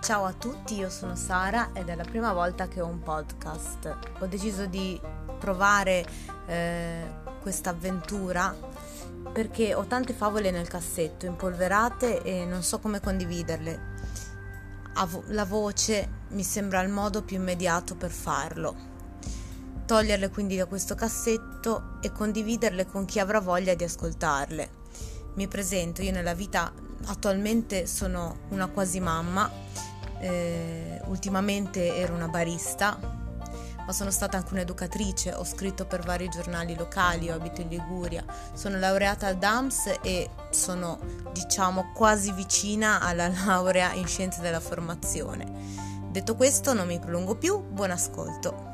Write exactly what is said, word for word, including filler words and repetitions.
Ciao a tutti, io sono Sara ed è la prima volta che ho un podcast. Ho deciso di provare eh, questa avventura perché ho tante favole nel cassetto, impolverate e non so come condividerle. Avo- la voce mi sembra il modo più immediato per farlo. Toglierle quindi da questo cassetto e condividerle con chi avrà voglia di ascoltarle. Mi presento, io nella vita attualmente sono una quasi mamma, eh, ultimamente ero una barista, ma sono stata anche un'educatrice, ho scritto per vari giornali locali, io abito in Liguria, sono laureata al D A M S e sono, diciamo, quasi vicina alla laurea in scienze della formazione. Detto questo, non mi prolungo più, buon ascolto.